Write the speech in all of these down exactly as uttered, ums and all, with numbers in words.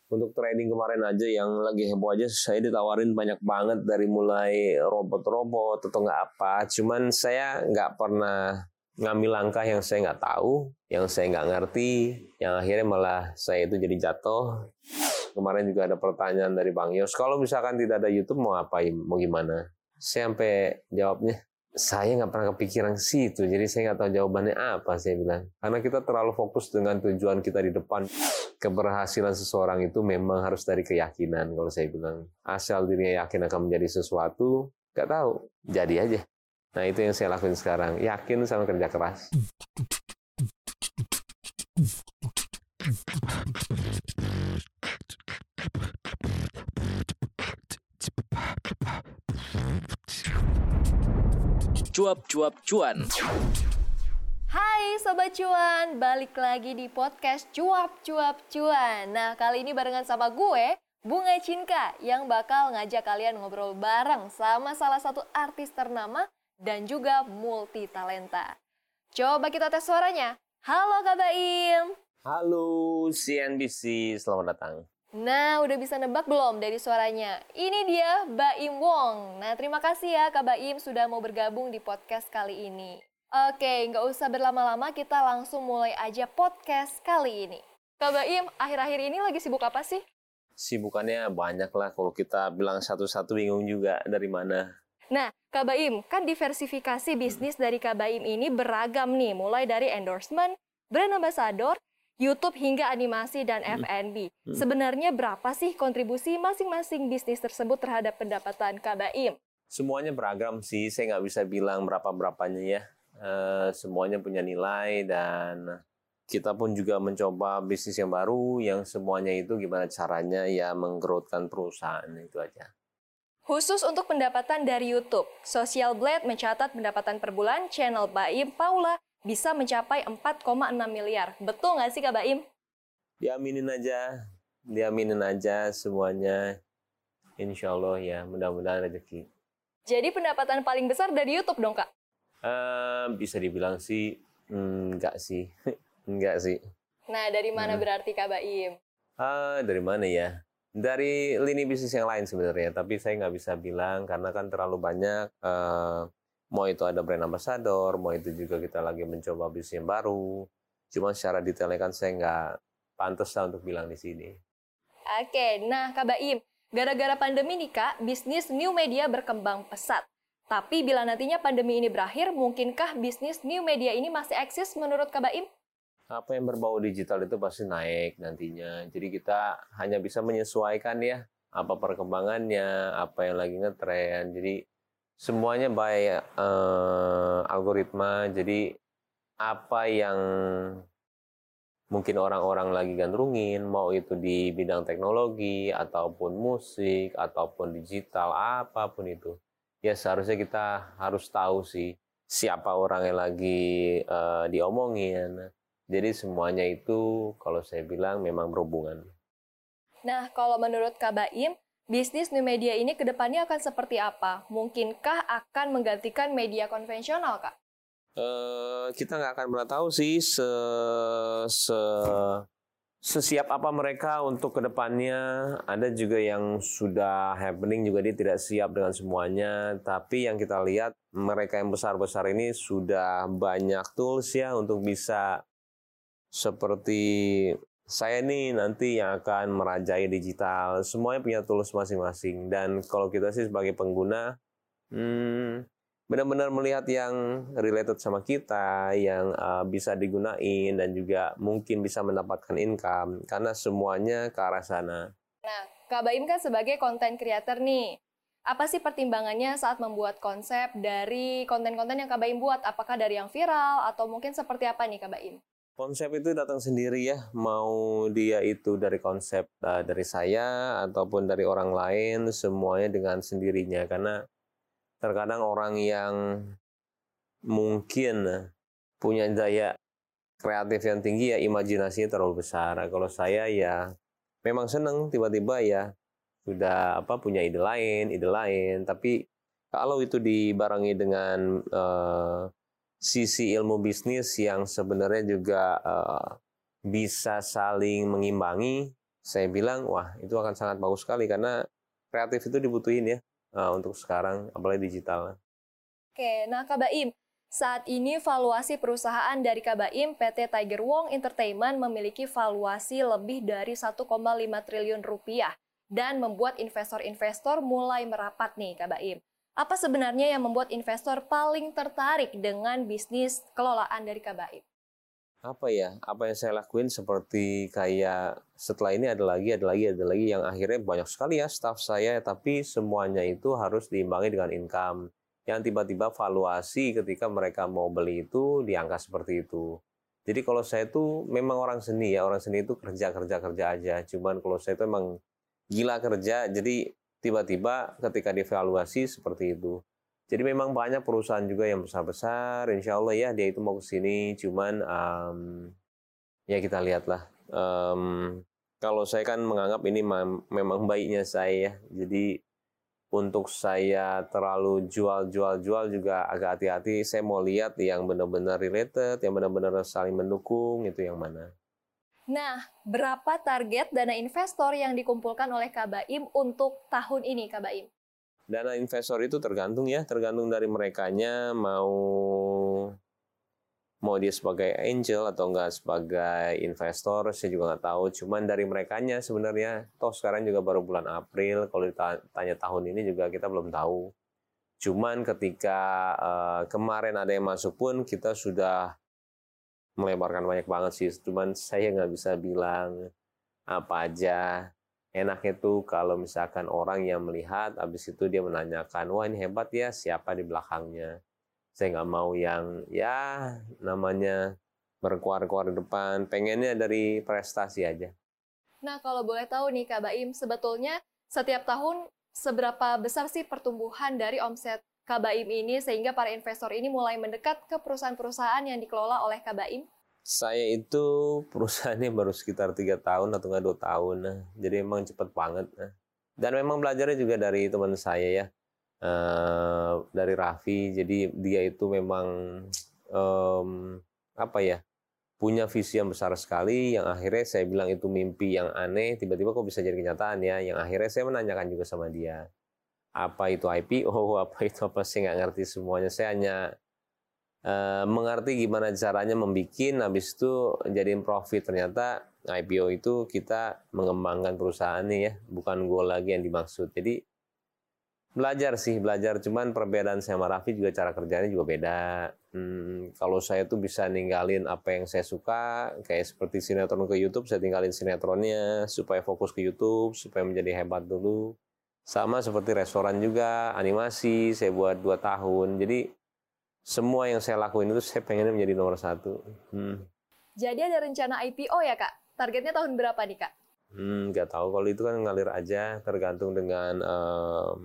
Untuk trading kemarin aja yang lagi heboh aja, saya ditawarin banyak banget dari mulai robot-robot atau nggak apa. Cuman saya nggak pernah ngambil langkah yang saya nggak tahu, yang saya nggak ngerti, yang akhirnya malah saya itu jadi jatuh. Kemarin juga ada pertanyaan dari Bang Yos, kalau misalkan tidak ada YouTube mau ngapain, mau gimana? Saya sampai jawabnya, saya nggak pernah kepikiran situ, jadi saya nggak tahu jawabannya apa, saya bilang. Karena kita terlalu fokus dengan tujuan kita di depan. Keberhasilan seseorang itu memang harus dari keyakinan, kalau saya bilang. Asal dirinya yakin akan menjadi sesuatu, nggak tahu, jadi aja. Nah, itu yang saya lakuin sekarang, yakin sama kerja keras. Cuap-cuap cuan. Hai Sobat Cuan, balik lagi di podcast Cuap-cuap cuan. Nah, kali ini barengan sama gue, Bunga Cinka, yang bakal ngajak kalian ngobrol bareng sama salah satu artis ternama dan juga multi talenta. Coba kita tes suaranya. Halo Kak Baim. Halo C N B C, selamat datang. Nah, udah bisa nebak belum dari suaranya? Ini dia Baim Wong. Nah, terima kasih ya Kak Baim sudah mau bergabung di podcast kali ini. Oke, nggak usah berlama-lama, kita langsung mulai aja podcast kali ini. Kak Baim, akhir-akhir ini lagi sibuk apa sih? Sibukannya banyak lah, kalau kita bilang satu-satu bingung juga dari mana. Nah, Kak Baim, kan diversifikasi bisnis dari Kak Baim ini beragam nih, mulai dari endorsement, brand ambassador, YouTube hingga animasi dan F and B. Sebenarnya berapa sih kontribusi masing-masing bisnis tersebut terhadap pendapatan Kak Baim? Semuanya beragam sih, saya nggak bisa bilang berapa-berapanya ya. Uh, semuanya punya nilai dan kita pun juga mencoba bisnis yang baru yang semuanya itu gimana caranya ya menggrowthkan perusahaan, itu aja. Khusus untuk pendapatan dari YouTube, Social Blade mencatat pendapatan per bulan channel Baim Paula bisa mencapai empat koma enam miliar. Betul nggak sih Kak Baim? Diaminin aja, diaminin aja semuanya. Insya Allah ya, mudah-mudahan rezeki. Jadi pendapatan paling besar dari YouTube dong Kak? Uh, bisa dibilang sih, enggak sih. Enggak sih. Nah, dari mana hmm. berarti Kak Baim? Uh, dari mana ya? Dari lini bisnis yang lain sebenarnya, tapi saya nggak bisa bilang karena kan terlalu banyak. Uh, mau itu ada brand ambassador, mau itu juga kita lagi mencoba bisnis yang baru. Cuma secara detailnya kan saya nggak pantas lah untuk bilang di sini. Oke, nah Kak Baim, gara-gara pandemi nih Kak, bisnis new media berkembang pesat. Tapi bila nantinya pandemi ini berakhir, mungkinkah bisnis new media ini masih eksis menurut Kak Baim? Apa yang berbau digital itu pasti naik nantinya. Jadi kita hanya bisa menyesuaikan ya, apa perkembangannya, apa yang lagi ngetren. Jadi semuanya by uh, algoritma. Jadi apa yang mungkin orang-orang lagi gandrungin, mau itu di bidang teknologi, ataupun musik, ataupun digital, apapun itu. Ya seharusnya kita harus tahu sih siapa orang yang lagi uh, diomongin. Jadi semuanya itu kalau saya bilang memang berhubungan. Nah, kalau menurut Kak Baim, bisnis new media ini ke depannya akan seperti apa? Mungkinkah akan menggantikan media konvensional, Kak? Uh, kita nggak akan pernah tahu sih se, se, sesiap apa mereka untuk ke depannya. Ada juga yang sudah happening juga dia tidak siap dengan semuanya. Tapi yang kita lihat mereka yang besar-besar ini sudah banyak tools ya untuk bisa seperti saya nih nanti yang akan merajai digital. Semuanya punya tools masing-masing. Dan kalau kita sih sebagai pengguna, hmm, benar-benar melihat yang related sama kita, yang uh, bisa digunain dan juga mungkin bisa mendapatkan income. Karena semuanya ke arah sana. Nah, Kak Baim kan sebagai content creator nih. Apa sih pertimbangannya saat membuat konsep dari konten-konten yang Kak Baim buat? Apakah dari yang viral atau mungkin seperti apa nih Kak Baim? Konsep itu datang sendiri ya, mau dia itu dari konsep uh, dari saya ataupun dari orang lain, semuanya dengan sendirinya. Karena terkadang orang yang mungkin punya daya kreatif yang tinggi ya imajinasinya terlalu besar. Kalau saya ya memang seneng tiba-tiba ya sudah apa punya ide lain, ide lain. Tapi kalau itu dibarengi dengan uh, sisi ilmu bisnis yang sebenarnya juga uh, bisa saling mengimbangi, saya bilang, wah itu akan sangat bagus sekali karena kreatif itu dibutuhin ya uh, untuk sekarang, apalagi digital. Oke, nah Kak Baim, saat ini valuasi perusahaan dari Kak Baim, P T Tiger Wong Entertainment memiliki valuasi lebih dari satu koma lima triliun rupiah dan membuat investor-investor mulai merapat nih Kak Baim. Apa sebenarnya yang membuat investor paling tertarik dengan bisnis kelolaan dari Kak Baim? Apa ya, apa yang saya lakuin seperti kayak setelah ini ada lagi, ada lagi, ada lagi yang akhirnya banyak sekali ya staff saya, tapi semuanya itu harus diimbangi dengan income. Yang tiba-tiba valuasi ketika mereka mau beli itu di angka seperti itu. Jadi kalau saya itu memang orang seni ya, orang seni itu kerja-kerja-kerja aja. Cuman kalau saya itu emang gila kerja, jadi tiba-tiba ketika dievaluasi seperti itu. Jadi memang banyak perusahaan juga yang besar-besar, insya Allah ya dia itu mau ke sini, cuman um, ya kita lihatlah. Um, kalau saya kan menganggap ini memang baiknya saya ya, jadi untuk saya terlalu jual-jual-jual juga agak hati-hati, saya mau lihat yang benar-benar related, yang benar-benar saling mendukung, itu yang mana. Nah, berapa target dana investor yang dikumpulkan oleh Kak Baim untuk tahun ini, Kak Baim? Dana investor itu tergantung ya, tergantung dari merekanya mau mau dia sebagai angel atau enggak sebagai investor, saya juga nggak tahu. Cuman dari merekanya sebenarnya, toh sekarang juga baru bulan April, kalau ditanya tahun ini juga kita belum tahu. Cuman ketika uh, kemarin ada yang masuk pun kita sudah melebarkan banyak banget sih, cuman saya nggak bisa bilang apa aja. Enaknya tuh kalau misalkan orang yang melihat, habis itu dia menanyakan, wah ini hebat ya, siapa di belakangnya. Saya nggak mau yang ya namanya berkuar-kuar di depan, pengennya dari prestasi aja. Nah kalau boleh tahu nih Kak Baim, sebetulnya setiap tahun seberapa besar sih pertumbuhan dari omset Kak Baim ini sehingga para investor ini mulai mendekat ke perusahaan-perusahaan yang dikelola oleh Kak Baim? Saya itu perusahaannya baru sekitar tiga tahun atau nggak dua tahun, nah. Jadi memang cepat banget. Nah. Dan memang belajarnya juga dari teman saya ya, uh, dari Raffi. Jadi dia itu memang um, apa ya, punya visi yang besar sekali. Yang akhirnya saya bilang itu mimpi yang aneh, tiba-tiba kok bisa jadi kenyataan ya. Yang akhirnya saya menanyakan juga sama dia, apa itu I P O, apa itu apa sih nggak ngerti semuanya. Saya hanya Uh, mengerti gimana caranya membikin, habis itu jadiin profit. Ternyata I P O itu kita mengembangkan perusahaan nih ya, bukan goal lagi yang dimaksud. Jadi belajar sih, belajar. Cuman perbedaan saya sama Raffi juga cara kerjanya juga beda. Hmm, kalau saya tuh bisa ninggalin apa yang saya suka, kayak seperti sinetron ke YouTube, saya tinggalin sinetronnya supaya fokus ke YouTube, supaya menjadi hebat dulu. Sama seperti restoran juga, animasi, saya buat dua tahun. Jadi semua yang saya lakuin itu saya pengennya menjadi nomor satu. Hmm. Jadi ada rencana I P O ya Kak? Targetnya tahun berapa nih Kak? Hmm, nggak tahu. Kalau itu kan ngalir aja, tergantung dengan um,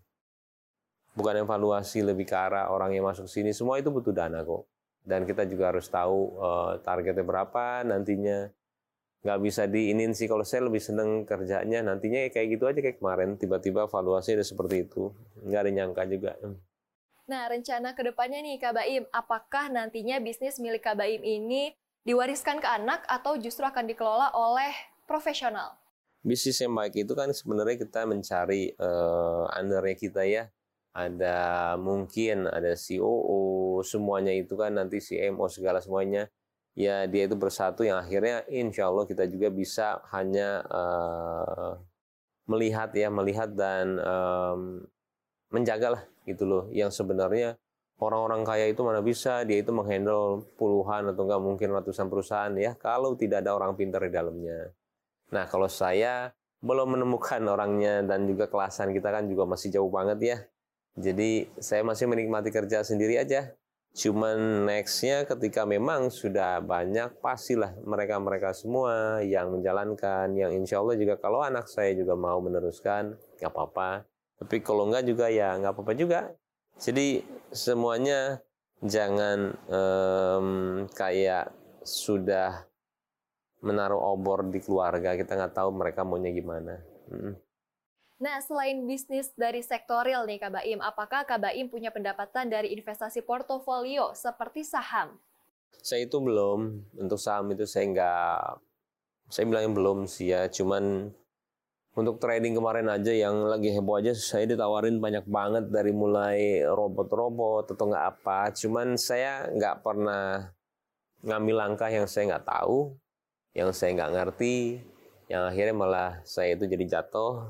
bukan evaluasi lebih ke arah orang yang masuk sini. Semua itu butuh dana kok. Dan kita juga harus tahu uh, targetnya berapa nantinya. Nggak bisa diinin sih. Kalau saya lebih seneng kerjanya nantinya kayak gitu aja kayak kemarin. Tiba-tiba evaluasi udah seperti itu. Nggak ada nyangka juga. Nah, rencana ke depannya nih Kak Baim, apakah nantinya bisnis milik Kak Baim ini diwariskan ke anak atau justru akan dikelola oleh profesional? Bisnis yang baik itu kan sebenarnya kita mencari uh, undernya kita ya. Ada mungkin ada C O O, semuanya itu kan nanti C M O segala semuanya. Ya dia itu bersatu yang akhirnya insya Allah kita juga bisa hanya uh, melihat ya, melihat dan um, menjagalah gitu loh. Yang sebenarnya orang-orang kaya itu mana bisa dia itu menghandle puluhan atau enggak mungkin ratusan perusahaan ya kalau tidak ada orang pintar di dalamnya. Nah kalau saya belum menemukan orangnya dan juga kelasan kita kan juga masih jauh banget ya. Jadi saya masih menikmati kerja sendiri aja. Cuman nextnya ketika memang sudah banyak pastilah mereka-mereka semua yang menjalankan, yang insya Allah juga kalau anak saya juga mau meneruskan nggak apa-apa. Tapi kalau enggak juga ya nggak apa-apa juga. Jadi semuanya jangan um, kayak sudah menaruh obor di keluarga. Kita nggak tahu mereka maunya gimana. Hmm. Nah, selain bisnis dari sektor real nih Kak Baim, apakah Kak Baim punya pendapatan dari investasi portofolio seperti saham? Saya itu belum. Untuk saham itu saya nggak Saya bilangnya belum sih ya, cuman untuk trading kemarin aja yang lagi heboh aja saya ditawarin banyak banget dari mulai robot-robot atau nggak apa. Cuman saya nggak pernah ngambil langkah yang saya nggak tahu, yang saya nggak ngerti, yang akhirnya malah saya itu jadi jatuh.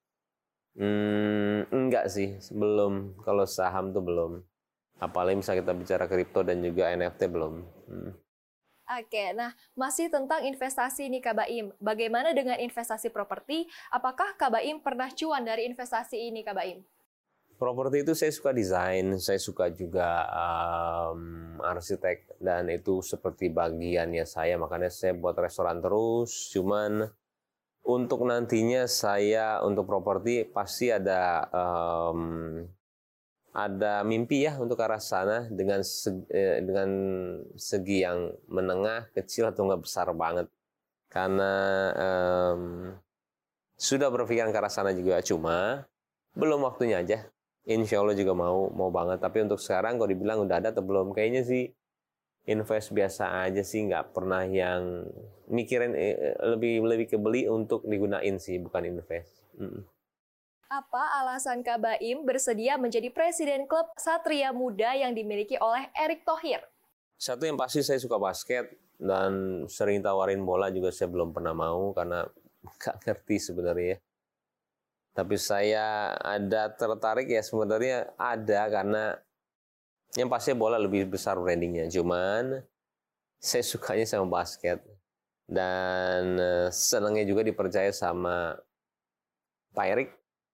Hmm, enggak sih, belum. Kalau saham tuh belum. Apalagi misalnya kita bicara kripto dan juga N F T belum. Hmm. Oke, nah masih tentang investasi nih Kak Baim. Bagaimana dengan investasi properti? Apakah Kak Baim pernah cuan dari investasi ini Kak Baim? Properti itu saya suka desain, saya suka juga um, arsitek, dan itu seperti bagiannya saya, makanya saya buat restoran terus. Cuman untuk nantinya saya untuk properti pasti ada um, ada mimpi ya untuk ke arah sana dengan segi, eh, dengan segi yang menengah, kecil atau nggak besar banget. Karena um, sudah berpikiran ke arah sana juga, cuma belum waktunya aja. Insya Allah juga mau mau banget. Tapi untuk sekarang kalau dibilang udah ada atau belum, kayaknya sih invest biasa aja sih, nggak pernah yang mikirin eh, lebih lebih kebeli untuk digunain sih, bukan invest. Mm. Apa alasan Kak Baim bersedia menjadi presiden klub Satria Muda yang dimiliki oleh Erick Thohir? Satu yang pasti saya suka basket dan sering tawarin bola juga saya belum pernah mau karena nggak ngerti sebenarnya. Tapi saya ada tertarik ya sebenarnya ada karena yang pasti bola lebih besar brandingnya. Cuman saya sukanya sama basket dan senangnya juga dipercaya sama Pak Erick.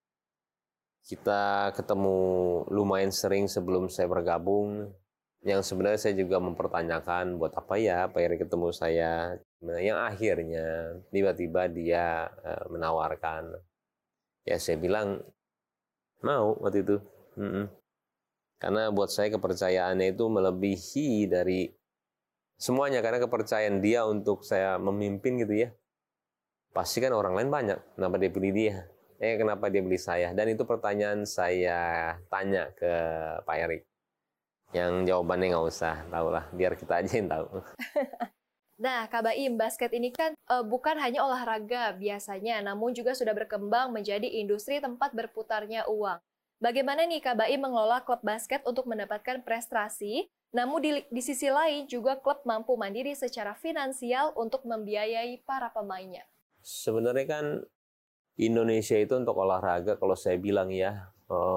Kita ketemu lumayan sering sebelum saya bergabung, yang sebenarnya saya juga mempertanyakan buat apa ya Pak Erick ketemu saya, yang akhirnya tiba-tiba dia menawarkan. Ya saya bilang mau waktu itu. Mm-mm. Karena buat saya kepercayaannya itu melebihi dari semuanya, karena kepercayaan dia untuk saya memimpin gitu ya. Pasti kan orang lain banyak, kenapa dia pilih dia? Eh kenapa dia beli saya? Dan itu pertanyaan saya tanya ke Pak Erick. Yang jawabannya nggak usah tahu lah, biar kita aja yang tahu. Nah, Kak Baim, basket ini kan uh, bukan hanya olahraga biasanya, namun juga sudah berkembang menjadi industri tempat berputarnya uang. Bagaimana nih Kak Baim mengelola klub basket untuk mendapatkan prestasi, namun di, di sisi lain juga klub mampu mandiri secara finansial untuk membiayai para pemainnya? Sebenarnya kan Indonesia itu untuk olahraga, kalau saya bilang ya,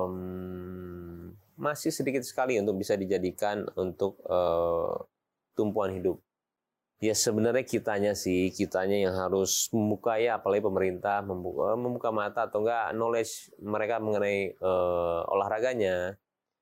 um, masih sedikit sekali untuk bisa dijadikan untuk uh, tumpuan hidup. Ya sebenarnya kitanya sih, kitanya yang harus membuka ya, apalagi pemerintah membuka, membuka mata atau enggak knowledge mereka mengenai uh, olahraganya.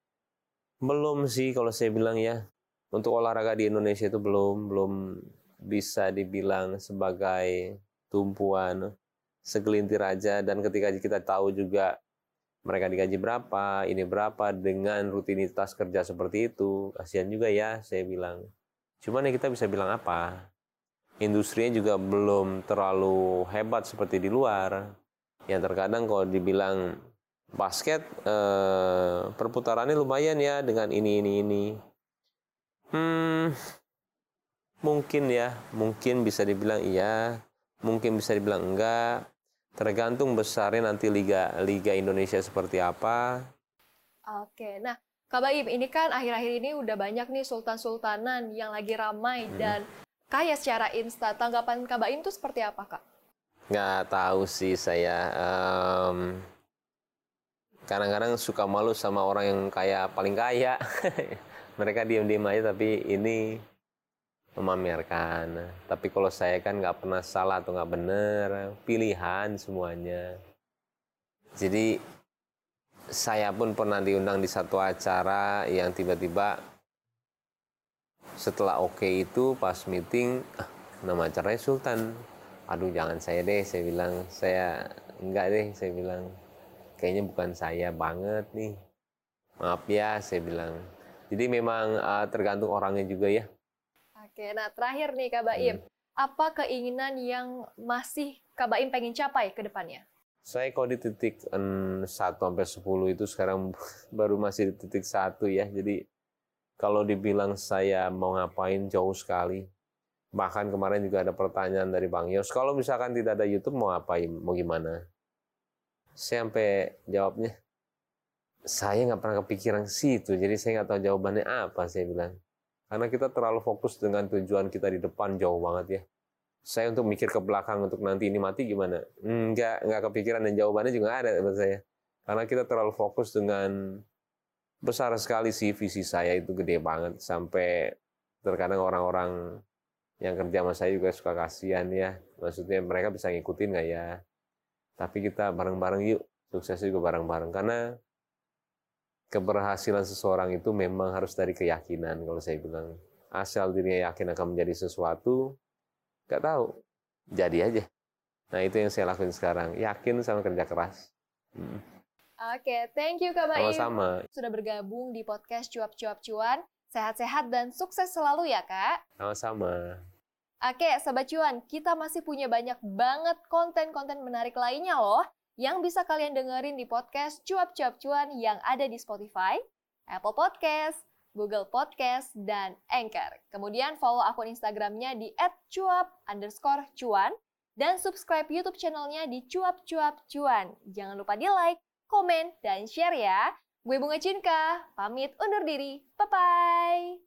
Belum sih kalau saya bilang ya, untuk olahraga di Indonesia itu belum belum bisa dibilang sebagai tumpuan. Segelintir aja, dan ketika kita tahu juga mereka digaji berapa, ini berapa dengan rutinitas kerja seperti itu, kasihan juga ya saya bilang. Cuman ya kita bisa bilang apa? Industrinya juga belum terlalu hebat seperti di luar. Yang terkadang kalau dibilang basket eh, perputarannya lumayan ya dengan ini ini ini. Hmm, mungkin ya, mungkin bisa dibilang iya, mungkin bisa dibilang enggak. Tergantung besarnya nanti Liga Liga Indonesia seperti apa. Oke, nah Kak Baim, ini kan akhir-akhir ini udah banyak nih sultan-sultanan yang lagi ramai hmm. dan kaya secara instan. Tanggapan Kak Baim itu seperti apa, Kak? Nggak tahu sih saya. Um, kadang-kadang suka malu sama orang yang kaya paling kaya. Mereka diam-diam aja, tapi ini memamerkan. Tapi kalau saya kan nggak pernah salah atau nggak bener, pilihan semuanya. Jadi saya pun pernah diundang di satu acara yang tiba-tiba setelah oke okay itu pas meeting, ah, nama acaranya Sultan. Aduh jangan saya deh, saya bilang saya enggak deh, saya bilang kayaknya bukan saya banget nih. Maaf ya, saya bilang. Jadi memang uh, tergantung orangnya juga ya. Oke, nah terakhir nih Kak Baim, hmm. apa keinginan yang masih Kak Baim pengen capai ke depannya? Saya kalau di titik satu sampai sepuluh itu sekarang baru masih di titik satu ya. Jadi kalau dibilang saya mau ngapain jauh sekali. Bahkan kemarin juga ada pertanyaan dari Bang Yos, kalau misalkan tidak ada YouTube mau apain, mau gimana? Saya sampai jawabnya, saya nggak pernah kepikiran ke situ, jadi saya nggak tahu jawabannya apa, saya bilang. Karena kita terlalu fokus dengan tujuan kita di depan jauh banget ya. Saya untuk mikir ke belakang untuk nanti ini mati gimana? Nggak, nggak kepikiran dan jawabannya juga nggak ada buat saya. Karena kita terlalu fokus dengan besar sekali sih visi saya itu gede banget. Sampai terkadang orang-orang yang kerja sama saya juga suka kasihan ya. Maksudnya mereka bisa ngikutin nggak ya? Tapi kita bareng-bareng yuk, sukses juga bareng-bareng. Karena keberhasilan seseorang itu memang harus dari keyakinan kalau saya bilang. Asal dirinya yakin akan menjadi sesuatu, nggak tahu, jadi aja. Nah itu yang saya lakuin sekarang, yakin sama kerja keras. Hmm. Oke, thank you Kak Baim. Sama-sama. Sudah bergabung di podcast Cuap-Cuap Cuan. Sehat-sehat dan sukses selalu ya Kak. Sama-sama. Oke, Sobat Cuan, kita masih punya banyak banget konten-konten menarik lainnya loh yang bisa kalian dengerin di podcast Cuap-Cuap Cuan yang ada di Spotify, Apple Podcast, Google Podcast, dan Anchor. Kemudian follow akun Instagramnya di et cuap underscore cuan dan subscribe YouTube channelnya di Cuap-Cuap Cuan. Jangan lupa di like, komen, dan share ya. Gue Bunga Cinka, pamit undur diri. Bye-bye!